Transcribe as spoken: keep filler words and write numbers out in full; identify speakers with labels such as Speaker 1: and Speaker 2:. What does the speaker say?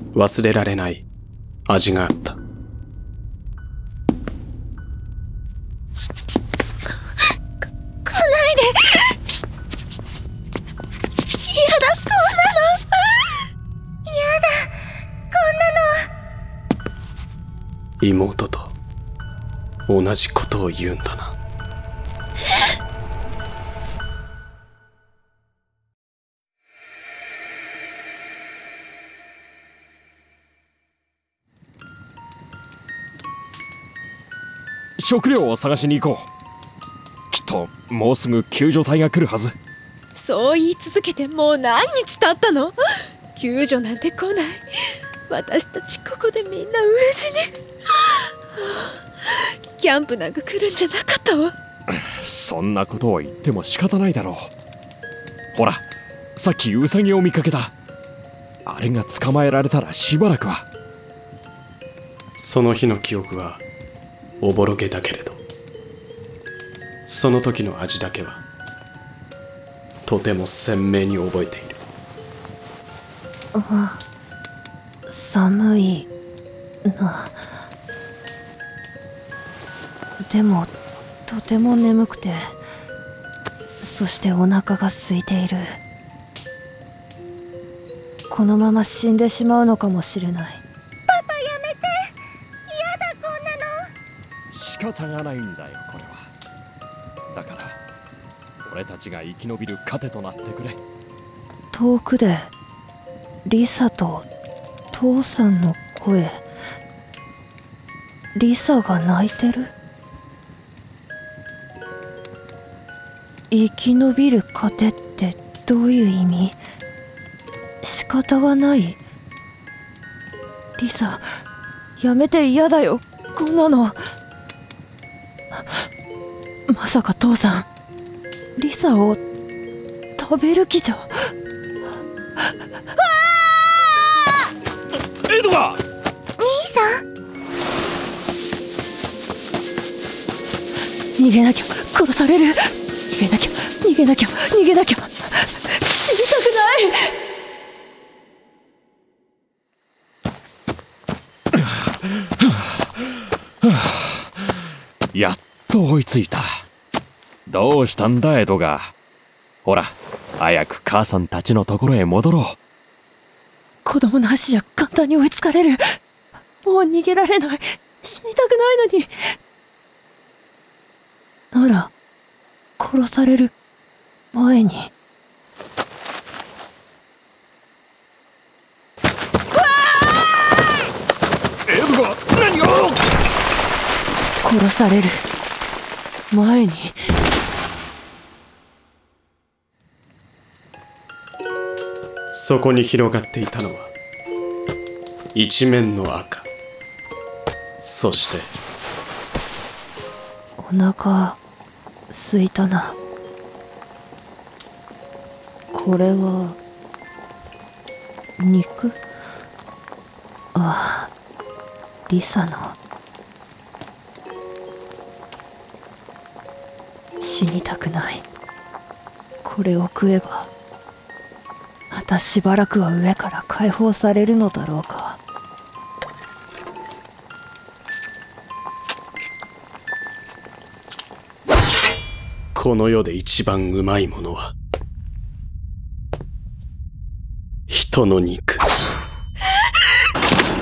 Speaker 1: 忘れられない味があった。
Speaker 2: 来ないで。やだ、こんなの。やだ、こんなの。
Speaker 1: 妹と同じことを言うんだな。
Speaker 3: 食料を探しに行こう。きっともうすぐ救助隊が来るはず。
Speaker 4: そう言い続けてもう何日経ったの？救助なんて来ない。私たちここでみんな飢え死に。キャンプなんか来るんじゃなかったわ。
Speaker 3: そんなことを言っても仕方ないだろう。ほら、さっきウサギを見かけた。あれが捕まえられたらしばらくは。
Speaker 1: その日の記憶はおぼろげだけれど、その時の味だけはとても鮮明に覚えている。
Speaker 2: あ、寒いな。でもとても眠くて、そしてお腹が空いている。このまま死んでしまうのかもしれない。
Speaker 4: パパやめて。やだ、こんなの。
Speaker 3: 仕方がないんだよ、これは。だから俺たちが生き延びる糧となってくれ。
Speaker 2: 遠くでリサと父さんの声。リサが泣いてる。生き延びる糧ってどういう意味？仕方がない。リサ、やめて、嫌だよ、こんなの。まさか父さん、リサを食べる気じゃ。
Speaker 3: エドガー！
Speaker 2: 兄さん、逃げなきゃ、殺される。逃げなきゃ、逃げなきゃ、逃げなきゃ。死にたくない。
Speaker 3: やっと追いついた。どうしたんだエドガー。ほら、早く母さんたちのところへ戻ろう。
Speaker 2: 子供の足じゃ簡単に追いつかれる。もう逃げられない。死にたくないのに。なら殺される前に。
Speaker 3: エドガー、何を？
Speaker 2: 殺される前に。
Speaker 1: そこに広がっていたのは一面の赤。そして
Speaker 2: お腹空いたな。これは肉？ああ、リサの。死にたくない。これを食えばまたしばらくは上から解放されるのだろうか。
Speaker 1: この世で一番うまいものは人の肉。